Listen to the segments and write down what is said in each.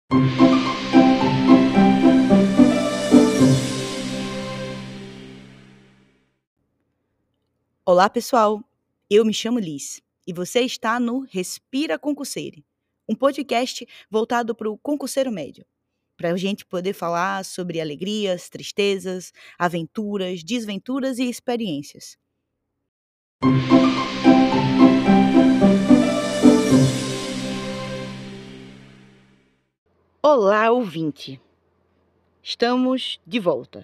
Olá, pessoal! Eu me chamo Liz e você está no Respira Concurseire, um podcast voltado para o concurseiro médio, para a gente poder falar sobre alegrias, tristezas, aventuras, desventuras e experiências. Olá, ouvinte! Estamos de volta.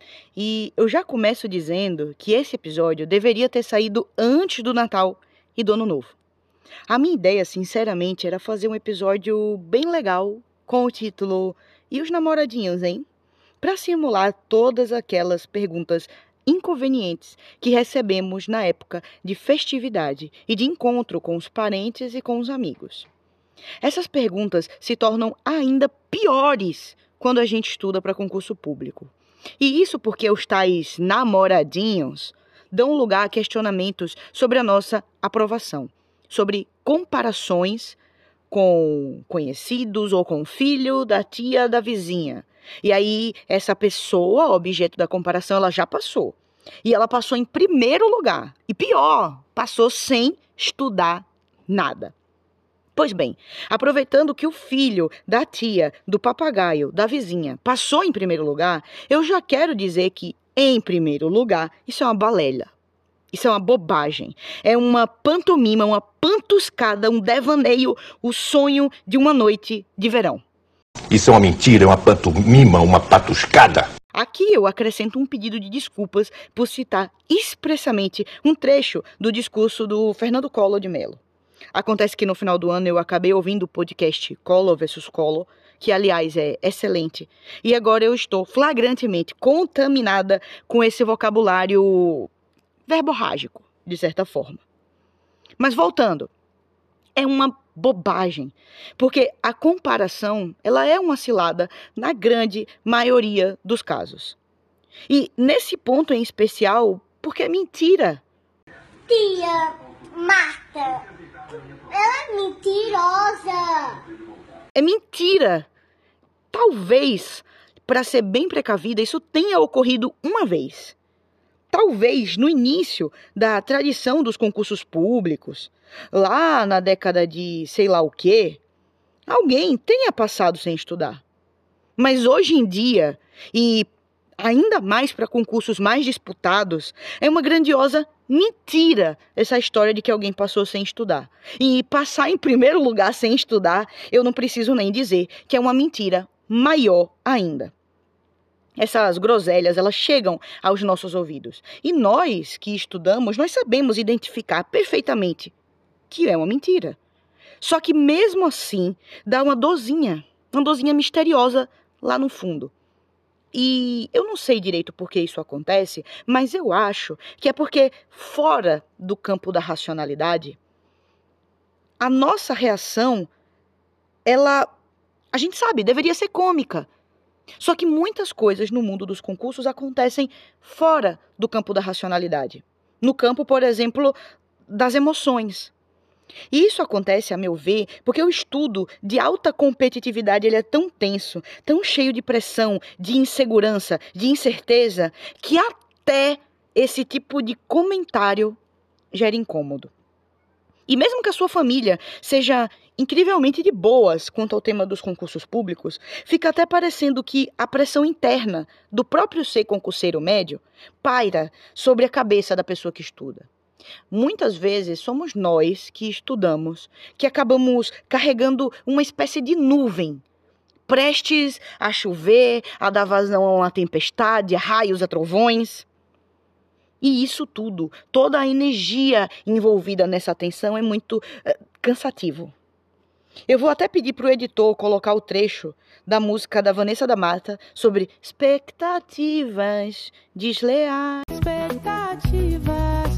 E eu já começo dizendo que esse episódio deveria ter saído antes do Natal e do Ano Novo. A minha ideia, sinceramente, era fazer um episódio bem legal com o título "E os namoradinhos, hein?", para simular todas aquelas perguntas inconvenientes que recebemos na época de festividade e de encontro com os parentes e com os amigos. Essas perguntas se tornam ainda piores quando a gente estuda para concurso público. E isso porque os tais namoradinhos dão lugar a questionamentos sobre a nossa aprovação, sobre comparações com conhecidos ou com o filho da tia da vizinha. E aí, essa pessoa, objeto da comparação, ela já passou. E ela passou em primeiro lugar. E pior, passou sem estudar nada. Pois bem, aproveitando que o filho da tia, do papagaio, da vizinha passou em primeiro lugar, eu já quero dizer que, em primeiro lugar, isso é uma balela. Isso é uma bobagem. É uma pantomima, uma pantuscada, um devaneio, o sonho de uma noite de verão. Isso é uma mentira, é uma pantomima, uma patuscada. Aqui eu acrescento um pedido de desculpas por citar expressamente um trecho do discurso do Fernando Collor de Mello. Acontece que no final do ano eu acabei ouvindo o podcast Collor vs Collor, que aliás é excelente, e agora eu estou flagrantemente contaminada com esse vocabulário verborrágico, de certa forma. Mas voltando, é uma bobagem, porque a comparação, ela é uma cilada na grande maioria dos casos. E nesse ponto em especial, porque é mentira. Tia Marta, ela é mentirosa. É mentira. Talvez, para ser bem precavida, isso tenha ocorrido uma vez. Talvez no início da tradição dos concursos públicos, lá na década de sei lá o quê, alguém tenha passado sem estudar. Mas hoje em dia, e ainda mais para concursos mais disputados, é uma grandiosa mentira essa história de que alguém passou sem estudar. E passar em primeiro lugar sem estudar, eu não preciso nem dizer que é uma mentira maior ainda. Essas groselhas, elas chegam aos nossos ouvidos. E nós que estudamos, nós sabemos identificar perfeitamente que é uma mentira. Só que mesmo assim, dá uma dorzinha misteriosa lá no fundo. E eu não sei direito por que isso acontece, mas eu acho que é porque fora do campo da racionalidade, a nossa reação, a gente sabe, deveria ser cômica. Só que muitas coisas no mundo dos concursos acontecem fora do campo da racionalidade. No campo, por exemplo, das emoções. E isso acontece, a meu ver, porque o estudo de alta competitividade ele é tão tenso, tão cheio de pressão, de insegurança, de incerteza, que até esse tipo de comentário gera incômodo. E mesmo que a sua família seja incrivelmente de boas quanto ao tema dos concursos públicos, fica até parecendo que a pressão interna do próprio ser concurseiro médio paira sobre a cabeça da pessoa que estuda. Muitas vezes somos nós que estudamos, que acabamos carregando uma espécie de nuvem, prestes a chover, a dar vazão a uma tempestade, a raios, a trovões. E isso tudo, toda a energia envolvida nessa tensão é muito cansativo. Eu vou até pedir para o editor colocar o trecho da música da Vanessa da Mata sobre expectativas desleais. Expectativas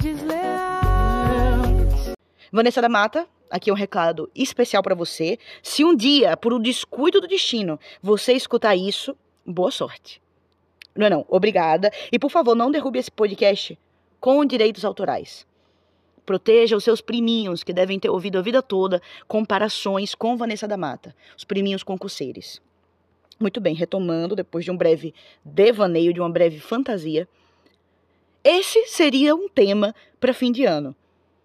desleais. Vanessa da Mata, aqui é um recado especial para você. Se um dia, por um descuido do destino, você escutar isso, boa sorte. Não, obrigada. E por favor, não derrube esse podcast com direitos autorais. Proteja os seus priminhos, que devem ter ouvido a vida toda comparações com Vanessa da Mata, os priminhos concurseiros. Muito bem, retomando, depois de um breve devaneio, de uma breve fantasia, esse seria um tema para fim de ano.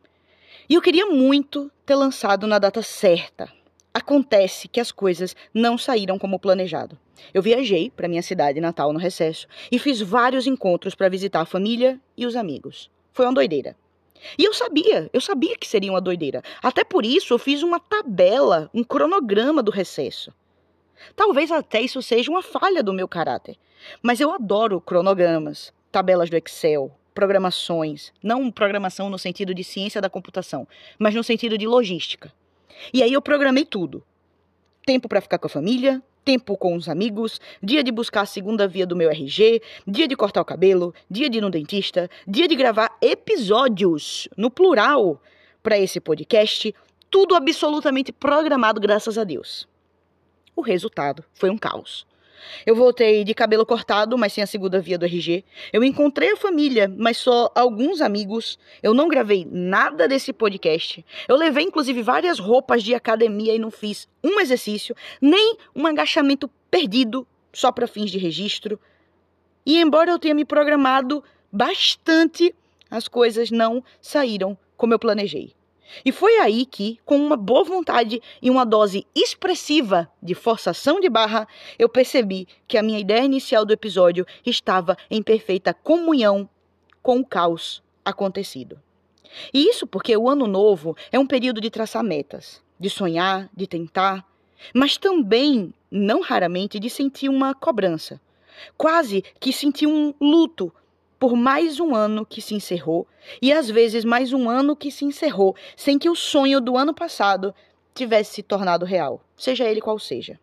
E eu queria muito ter lançado na data certa. Acontece que as coisas não saíram como planejado. Eu viajei para minha cidade natal no recesso e fiz vários encontros para visitar a família e os amigos. Foi uma doideira. E eu sabia que seria uma doideira. Até por isso eu fiz uma tabela, um cronograma do recesso. Talvez até isso seja uma falha do meu caráter. Mas eu adoro cronogramas, tabelas do Excel, programações. Não programação no sentido de ciência da computação, mas no sentido de logística. E aí eu programei tudo. Tempo para ficar com a família, tempo com os amigos, dia de buscar a segunda via do meu RG, dia de cortar o cabelo, dia de ir no dentista, dia de gravar episódios, no plural, para esse podcast. Tudo absolutamente programado, graças a Deus. O resultado foi um caos. Eu voltei de cabelo cortado, mas sem a segunda via do RG. Eu encontrei a família, mas só alguns amigos. Eu não gravei nada desse podcast. Eu levei, inclusive, várias roupas de academia e não fiz um exercício, nem um agachamento perdido, só para fins de registro. E embora eu tenha me programado bastante, as coisas não saíram como eu planejei. E foi aí que, com uma boa vontade e uma dose expressiva de forçação de barra, eu percebi que a minha ideia inicial do episódio estava em perfeita comunhão com o caos acontecido. E isso porque o ano novo é um período de traçar metas, de sonhar, de tentar, mas também, não raramente, de sentir uma cobrança. Quase que sentir um luto por mais um ano que se encerrou, e às vezes mais um ano que se encerrou, sem que o sonho do ano passado tivesse se tornado real, seja ele qual seja.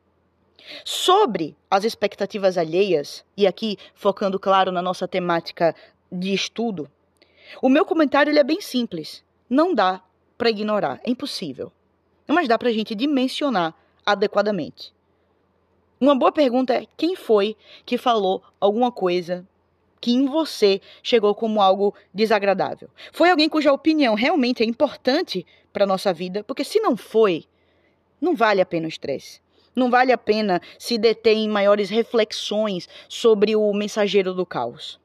Sobre as expectativas alheias, e aqui focando, claro, na nossa temática de estudo, o meu comentário ele é bem simples. Não dá para ignorar, é impossível. Mas dá para a gente dimensionar adequadamente. Uma boa pergunta é: quem foi que falou alguma coisa que em você chegou como algo desagradável? Foi alguém cuja opinião realmente é importante para a nossa vida? Porque se não foi, não vale a pena o estresse. Não vale a pena se deter em maiores reflexões sobre o mensageiro do caos.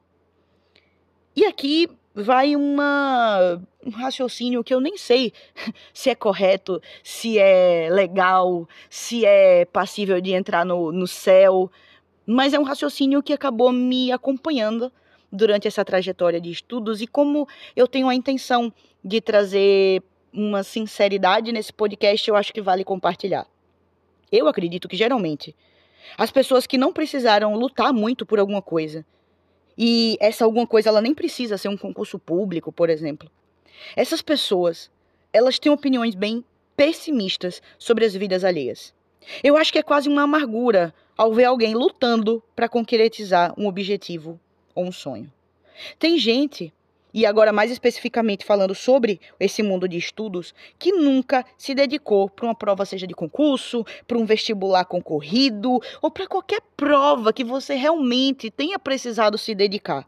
E aqui vai um raciocínio que eu nem sei se é correto, se é legal, se é passível de entrar no céu. Mas é um raciocínio que acabou me acompanhando durante essa trajetória de estudos, e como eu tenho a intenção de trazer uma sinceridade nesse podcast, eu acho que vale compartilhar. Eu acredito que, geralmente, as pessoas que não precisaram lutar muito por alguma coisa, e essa alguma coisa ela nem precisa ser um concurso público, por exemplo, essas pessoas, elas têm opiniões bem pessimistas sobre as vidas alheias. Eu acho que é quase uma amargura ao ver alguém lutando para concretizar um objetivo ou um sonho. Tem gente, e agora mais especificamente falando sobre esse mundo de estudos, que nunca se dedicou para uma prova, seja de concurso, para um vestibular concorrido, ou para qualquer prova que você realmente tenha precisado se dedicar.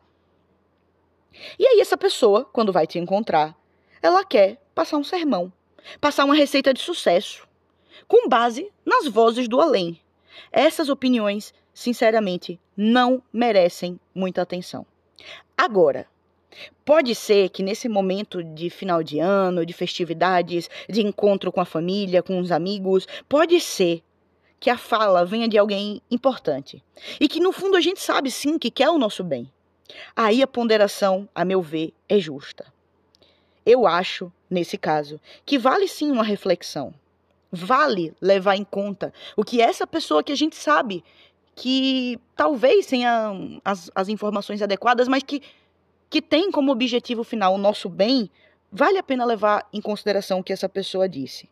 E aí essa pessoa, quando vai te encontrar, ela quer passar um sermão, passar uma receita de sucesso, com base nas vozes do além. Essas opiniões, sinceramente, não merecem muita atenção. Agora, pode ser que nesse momento de final de ano, de festividades, de encontro com a família, com os amigos, pode ser que a fala venha de alguém importante. E que no fundo a gente sabe sim que quer o nosso bem. Aí a ponderação, a meu ver, é justa. Eu acho, nesse caso, que vale sim uma reflexão. Vale levar em conta o que essa pessoa que a gente sabe que talvez tenha as informações adequadas, mas que tem como objetivo final o nosso bem, vale a pena levar em consideração o que essa pessoa disse.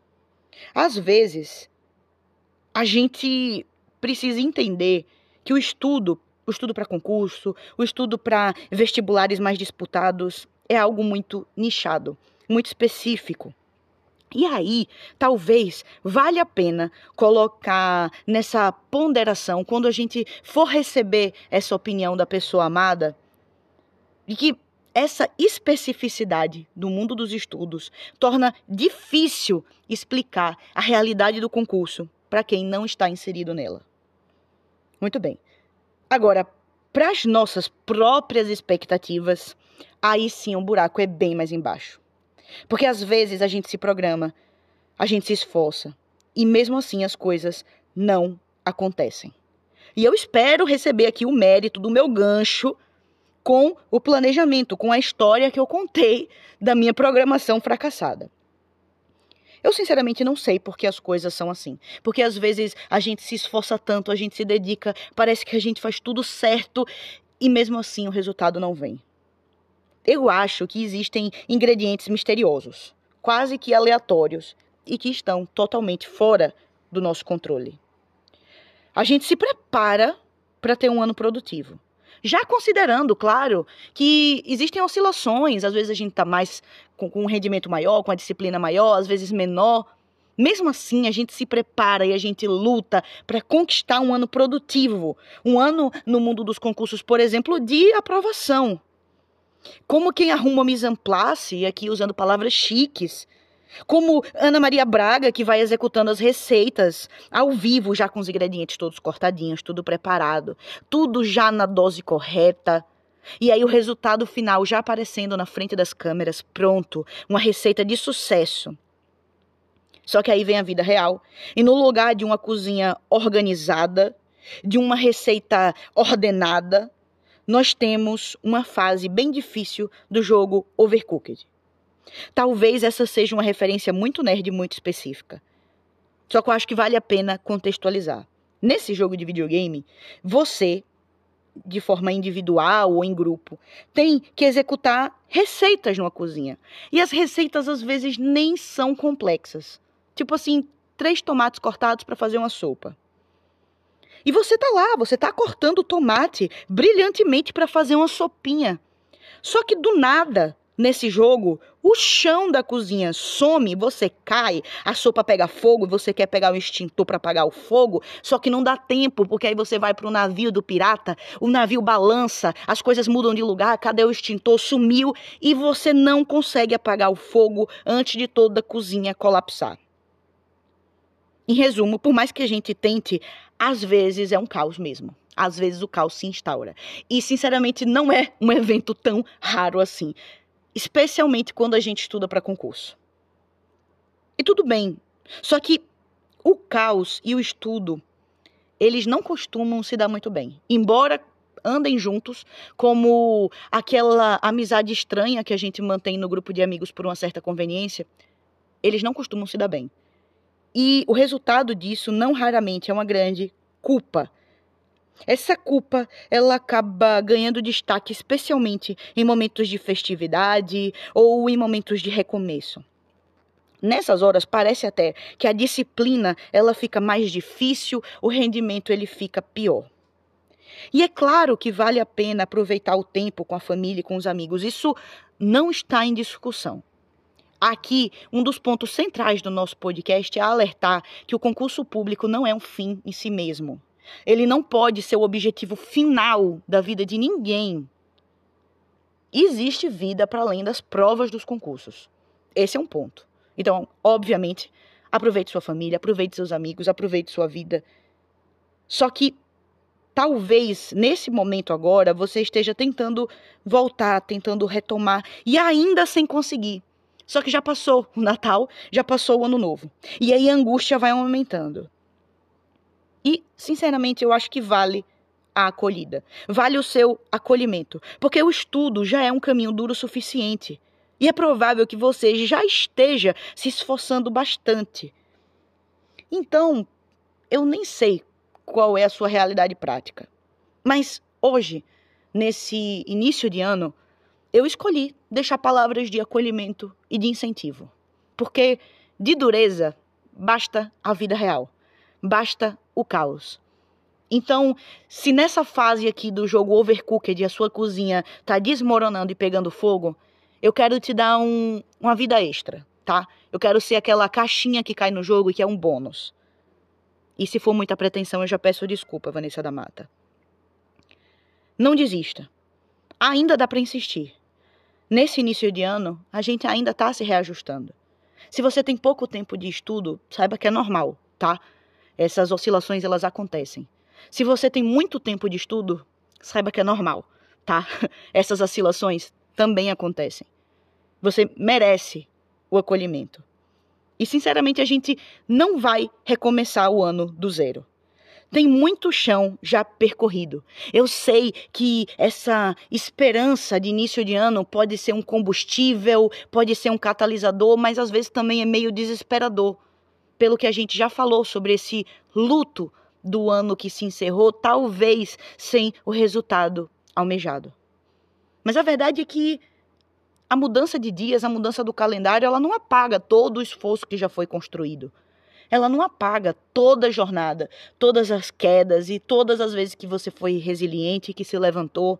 Às vezes, a gente precisa entender que o estudo para concurso, o estudo para vestibulares mais disputados é algo muito nichado, muito específico. E aí, talvez valha a pena colocar nessa ponderação, quando a gente for receber essa opinião da pessoa amada, de que essa especificidade do mundo dos estudos torna difícil explicar a realidade do concurso para quem não está inserido nela. Muito bem. Agora, para as nossas próprias expectativas, aí sim o buraco é bem mais embaixo. Porque às vezes a gente se programa, a gente se esforça, e mesmo assim as coisas não acontecem. E eu espero receber aqui o mérito do meu gancho com o planejamento, com a história que eu contei da minha programação fracassada. Eu sinceramente não sei por que as coisas são assim. Porque às vezes a gente se esforça tanto, a gente se dedica, parece que a gente faz tudo certo e mesmo assim o resultado não vem. Eu acho que existem ingredientes misteriosos, quase que aleatórios e que estão totalmente fora do nosso controle. A gente se prepara para ter um ano produtivo. Já considerando, claro, que existem oscilações, às vezes a gente está mais com um rendimento maior, com a disciplina maior, às vezes menor. Mesmo assim, a gente se prepara e a gente luta para conquistar um ano produtivo. Um ano no mundo dos concursos, por exemplo, de aprovação. Como quem arruma mise en place, e aqui usando palavras chiques, como Ana Maria Braga, que vai executando as receitas ao vivo, já com os ingredientes todos cortadinhos, tudo preparado, tudo já na dose correta. E aí o resultado final já aparecendo na frente das câmeras, pronto, uma receita de sucesso. Só que aí vem a vida real, e no lugar de uma cozinha organizada, de uma receita ordenada, nós temos uma fase bem difícil do jogo Overcooked. Talvez essa seja uma referência muito nerd, muito específica. Só que eu acho que vale a pena contextualizar. Nesse jogo de videogame, você, de forma individual ou em grupo, tem que executar receitas numa cozinha. E as receitas, às vezes, nem são complexas. Tipo assim, 3 tomates cortados para fazer uma sopa. E você tá lá, você tá cortando o tomate brilhantemente para fazer uma sopinha. Só que do nada, nesse jogo, o chão da cozinha some, você cai, a sopa pega fogo, você quer pegar o extintor para apagar o fogo, só que não dá tempo, porque aí você vai para o navio do pirata, o navio balança, as coisas mudam de lugar, cadê o extintor? Sumiu e você não consegue apagar o fogo antes de toda a cozinha colapsar. Em resumo, por mais que a gente tente, às vezes é um caos mesmo. Às vezes o caos se instaura. E, sinceramente, não é um evento tão raro assim. Especialmente quando a gente estuda para concurso. E tudo bem. Só que o caos e o estudo, eles não costumam se dar muito bem. Embora andem juntos, como aquela amizade estranha que a gente mantém no grupo de amigos por uma certa conveniência, eles não costumam se dar bem. E o resultado disso, não raramente, é uma grande culpa. Essa culpa, ela acaba ganhando destaque especialmente em momentos de festividade ou em momentos de recomeço. Nessas horas, parece até que a disciplina, ela fica mais difícil, o rendimento, ele fica pior. E é claro que vale a pena aproveitar o tempo com a família e com os amigos. Isso não está em discussão. Aqui, um dos pontos centrais do nosso podcast é alertar que o concurso público não é um fim em si mesmo. Ele não pode ser o objetivo final da vida de ninguém. Existe vida para além das provas dos concursos. Esse é um ponto. Então, obviamente, aproveite sua família, aproveite seus amigos, aproveite sua vida. Só que, talvez, nesse momento agora, você esteja tentando voltar, tentando retomar, e ainda sem conseguir. Só que já passou o Natal, já passou o Ano Novo. E aí a angústia vai aumentando. E, sinceramente, eu acho que vale a acolhida. Vale o seu acolhimento. Porque o estudo já é um caminho duro o suficiente. E é provável que você já esteja se esforçando bastante. Então, eu nem sei qual é a sua realidade prática. Mas hoje, nesse início de ano, eu escolhi deixar palavras de acolhimento e de incentivo. Porque de dureza basta a vida real. Basta o caos. Então, se nessa fase aqui do jogo Overcooked a sua cozinha está desmoronando e pegando fogo, eu quero te dar uma vida extra, tá? Eu quero ser aquela caixinha que cai no jogo e que é um bônus. E se for muita pretensão, eu já peço desculpa, Vanessa da Mata. Não desista. Ainda dá para insistir. nesse início de ano, a gente ainda está se reajustando. Se você tem pouco tempo de estudo, saiba que é normal, tá? Essas oscilações, elas acontecem. Se você tem muito tempo de estudo, saiba que é normal, tá? Essas oscilações também acontecem. Você merece o acolhimento. E, sinceramente, a gente não vai recomeçar o ano do zero. Tem muito chão já percorrido. Eu sei que essa esperança de início de ano pode ser um combustível, pode ser um catalisador, mas às vezes também é meio desesperador. Pelo que a gente já falou sobre esse luto do ano que se encerrou, talvez sem o resultado almejado. Mas a verdade é que a mudança de dias, a mudança do calendário, ela não apaga todo o esforço que já foi construído. Ela não apaga toda a jornada, todas as quedas e todas as vezes que você foi resiliente e que se levantou.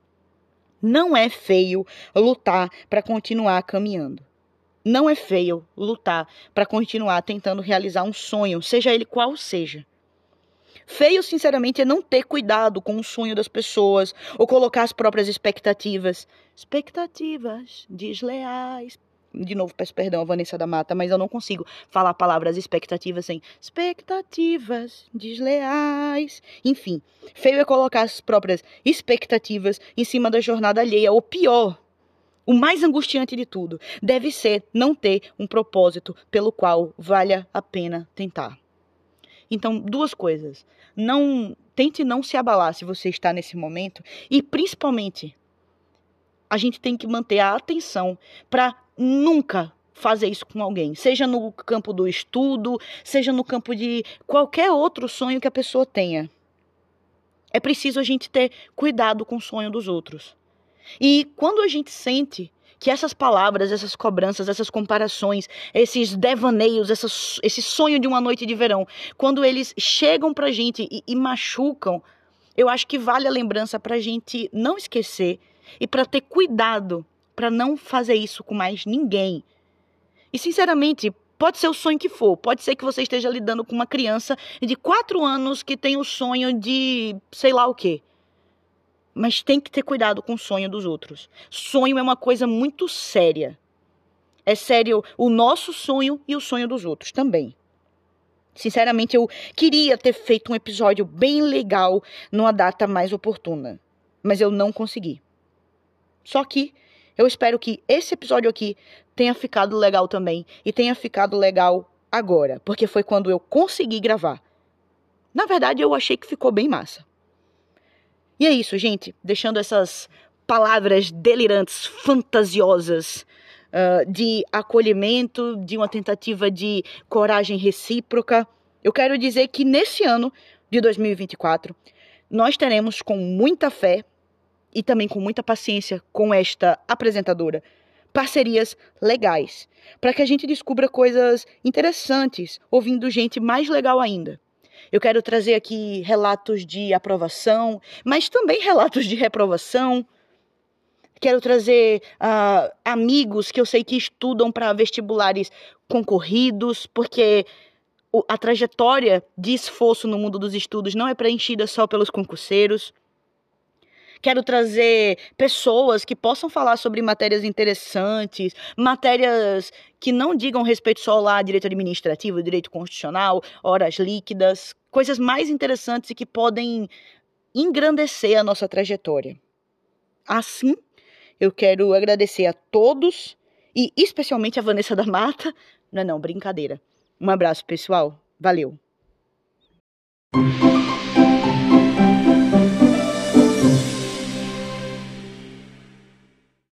Não é feio lutar para continuar caminhando. Não é feio lutar para continuar tentando realizar um sonho, seja ele qual seja. Feio, sinceramente, é não ter cuidado com o sonho das pessoas ou colocar as próprias expectativas. Expectativas desleais. De novo, peço perdão a Vanessa da Mata, mas eu não consigo falar palavras expectativas sem expectativas desleais. Enfim, feio é colocar as próprias expectativas em cima da jornada alheia. Ou pior, o mais angustiante de tudo, deve ser não ter um propósito pelo qual valha a pena tentar. Então, duas coisas. Tente não se abalar se você está nesse momento. E, principalmente, a gente tem que manter a atenção para nunca fazer isso com alguém. Seja no campo do estudo, seja no campo de qualquer outro sonho que a pessoa tenha. É preciso a gente ter cuidado com o sonho dos outros. E quando a gente sente que essas palavras, essas cobranças, essas comparações, esses devaneios, esse sonho de uma noite de verão, quando eles chegam pra gente e machucam, eu acho que vale a lembrança pra gente não esquecer e pra ter cuidado pra não fazer isso com mais ninguém. E, sinceramente, pode ser o sonho que for. Pode ser que você esteja lidando com uma criança de 4 anos que tem o sonho de sei lá o quê. Mas tem que ter cuidado com o sonho dos outros. Sonho é uma coisa muito séria. É sério o nosso sonho e o sonho dos outros também. Sinceramente, eu queria ter feito um episódio bem legal numa data mais oportuna. Mas eu não consegui. Só que eu espero que esse episódio aqui tenha ficado legal também. E tenha ficado legal agora. Porque foi quando eu consegui gravar. Na verdade, eu achei que ficou bem massa. E é isso, gente. Deixando essas palavras delirantes, fantasiosas, de acolhimento, de uma tentativa de coragem recíproca, eu quero dizer que nesse ano de 2024, nós teremos com muita fé e também com muita paciência com esta apresentadora, parcerias legais, para que a gente descubra coisas interessantes, ouvindo gente mais legal ainda. Eu quero trazer aqui relatos de aprovação, mas também relatos de reprovação. Quero trazer amigos que eu sei que estudam para vestibulares concorridos, porque a trajetória de esforço no mundo dos estudos não é preenchida só pelos concurseiros. Quero trazer pessoas que possam falar sobre matérias interessantes, matérias que não digam respeito só lá a direito administrativo, direito constitucional, horas líquidas, coisas mais interessantes e que podem engrandecer a nossa trajetória. Assim, eu quero agradecer a todos e especialmente a Vanessa da Mata. Não, brincadeira. Um abraço, pessoal. Valeu.